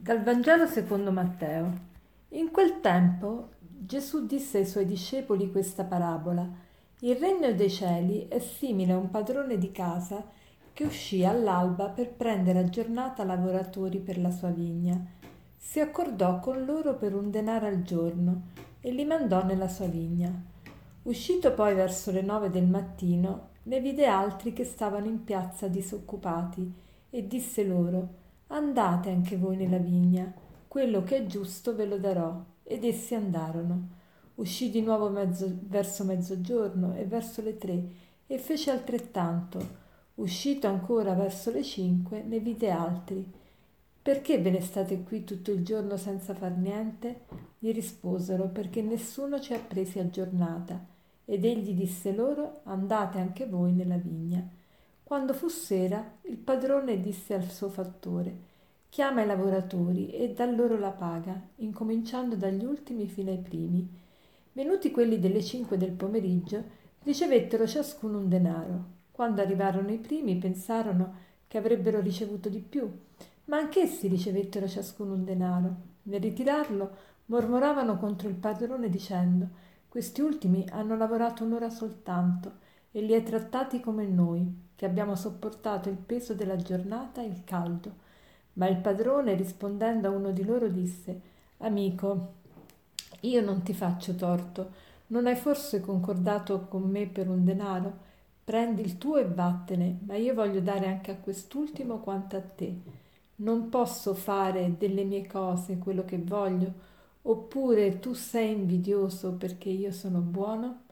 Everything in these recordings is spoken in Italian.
Dal Vangelo secondo Matteo. In quel tempo Gesù disse ai suoi discepoli questa parabola. Il regno dei cieli è simile a un padrone di casa che uscì all'alba per prendere a giornata lavoratori per la sua vigna. Si accordò con loro per un denaro al giorno e li mandò nella sua vigna. Uscito poi verso le 9 del mattino, ne vide altri che stavano in piazza disoccupati e disse loro: Andate anche voi nella vigna, quello che è giusto ve lo darò. Ed essi andarono. Uscì di nuovo verso mezzogiorno e verso le 3 e fece altrettanto. Uscito ancora verso le 5 ne vide altri. Perché ve ne state qui tutto il giorno senza far niente? Gli risposero: perché nessuno ci ha presi a giornata. Ed egli disse loro: andate anche voi nella vigna. Quando fu sera, il padrone disse al suo fattore: chiama i lavoratori e dà loro la paga, incominciando dagli ultimi fino ai primi. Venuti quelli delle 5 del pomeriggio, ricevettero ciascuno un denaro. Quando arrivarono i primi, pensarono che avrebbero ricevuto di più, ma anch'essi ricevettero ciascuno un denaro. Nel ritirarlo, mormoravano contro il padrone dicendo: questi ultimi hanno lavorato un'ora soltanto e li hai trattati come noi, che abbiamo sopportato il peso della giornata e il caldo. Ma il padrone, rispondendo a uno di loro, disse: amico, io non ti faccio torto. Non hai forse concordato con me per un denaro? Prendi il tuo e vattene, ma io voglio dare anche a quest'ultimo quanto a te. Non posso fare delle mie cose quello che voglio? Oppure tu sei invidioso perché io sono buono?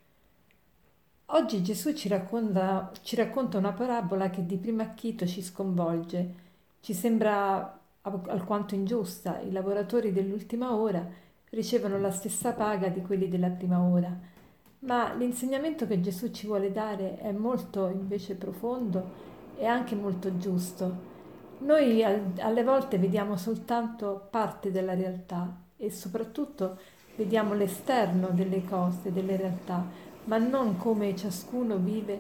Oggi Gesù ci racconta una parabola che di primo acchito ci sconvolge, ci sembra alquanto ingiusta. I lavoratori dell'ultima ora ricevono la stessa paga di quelli della prima ora, ma l'insegnamento che Gesù ci vuole dare è molto invece profondo e anche molto giusto. Noi alle volte vediamo soltanto parte della realtà e soprattutto vediamo l'esterno delle cose, delle realtà, ma non come ciascuno vive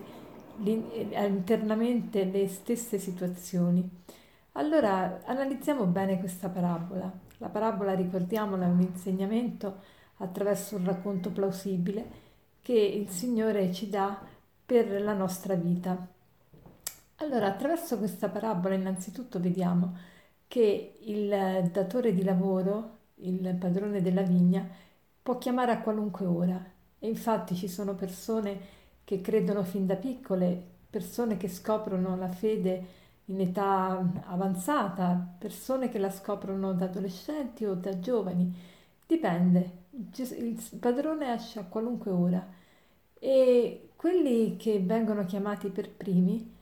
internamente le stesse situazioni. Allora analizziamo bene questa parabola. La parabola, ricordiamola, è un insegnamento attraverso un racconto plausibile che il Signore ci dà per la nostra vita. Allora, attraverso questa parabola innanzitutto vediamo che il datore di lavoro, il padrone della vigna, può chiamare a qualunque ora. E infatti ci sono persone che credono fin da piccole, persone che scoprono la fede in età avanzata, persone che la scoprono da adolescenti o da giovani. Dipende. Il padrone esce a qualunque ora e quelli che vengono chiamati per primi,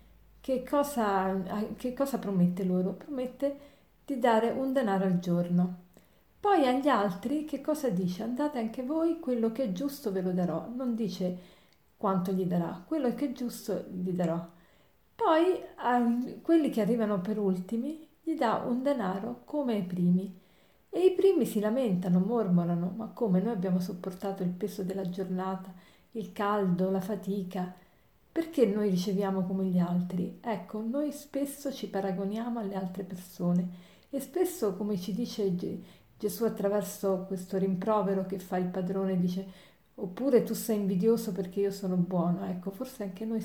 che cosa promette loro? Promette di dare un denaro al giorno. Poi agli altri che cosa dice? Andate anche voi, quello che è giusto ve lo darò. Non dice quanto gli darà, quello che è giusto gli darò. Poi a quelli che arrivano per ultimi gli dà un denaro come ai primi. E i primi si lamentano, mormorano: ma come, noi abbiamo sopportato il peso della giornata, il caldo, la fatica, perché noi riceviamo come gli altri? Ecco, noi spesso ci paragoniamo alle altre persone e spesso, come ci dice Gesù attraverso questo rimprovero che fa il padrone, dice: oppure tu sei invidioso perché io sono buono. Ecco, forse anche noi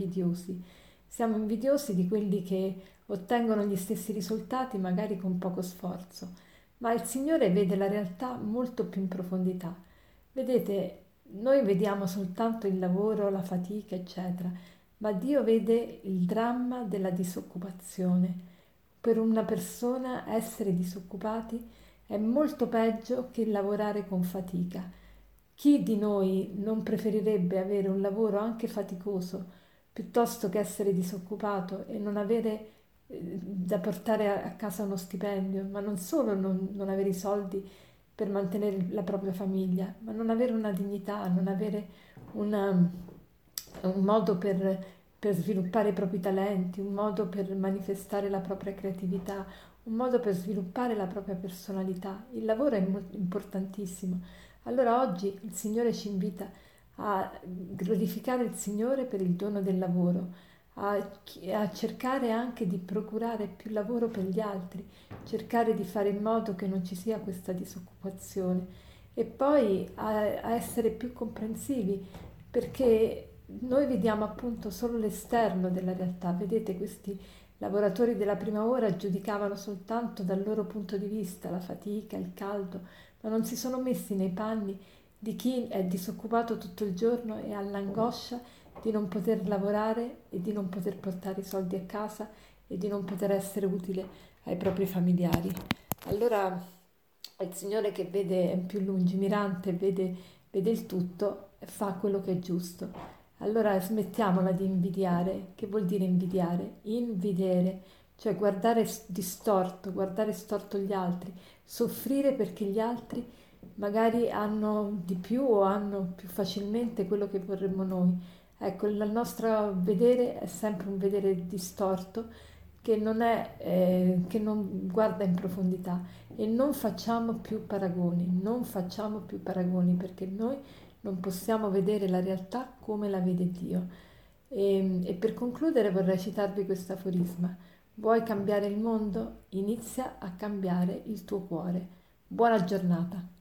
siamo invidiosi di quelli che ottengono gli stessi risultati magari con poco sforzo, ma il Signore vede la realtà molto più in profondità. Vedete, noi vediamo soltanto il lavoro, la fatica, eccetera, ma Dio vede il dramma della disoccupazione. Per una persona essere disoccupati è molto peggio che lavorare con fatica. Chi di noi non preferirebbe avere un lavoro anche faticoso piuttosto che essere disoccupato e non avere da portare a casa uno stipendio, ma non solo non avere i soldi per mantenere la propria famiglia, ma non avere una dignità, non avere un modo per sviluppare i propri talenti, un modo per manifestare la propria creatività, un modo per sviluppare la propria personalità. Il lavoro è importantissimo. Allora oggi il Signore ci invita a glorificare il Signore per il dono del lavoro, a cercare anche di procurare più lavoro per gli altri, cercare di fare in modo che non ci sia questa disoccupazione e poi a essere più comprensivi, perché noi vediamo appunto solo l'esterno della realtà. Vedete, questi lavoratori della prima ora giudicavano soltanto dal loro punto di vista la fatica, il caldo, ma non si sono messi nei panni di chi è disoccupato tutto il giorno e ha l'angoscia di non poter lavorare e di non poter portare i soldi a casa e di non poter essere utile ai propri familiari. Allora il Signore, che vede, è più lungimirante, vede il tutto e fa quello che è giusto. Allora smettiamola di invidiare. Che vuol dire invidiare? Invidere, cioè guardare storto gli altri, soffrire perché gli altri magari hanno di più o hanno più facilmente quello che vorremmo noi. Ecco, il nostro vedere è sempre un vedere distorto che non guarda in profondità, e non facciamo più paragoni, non facciamo più paragoni perché noi non possiamo vedere la realtà come la vede Dio. E per concludere vorrei citarvi questo aforisma: vuoi cambiare il mondo? Inizia a cambiare il tuo cuore. Buona giornata.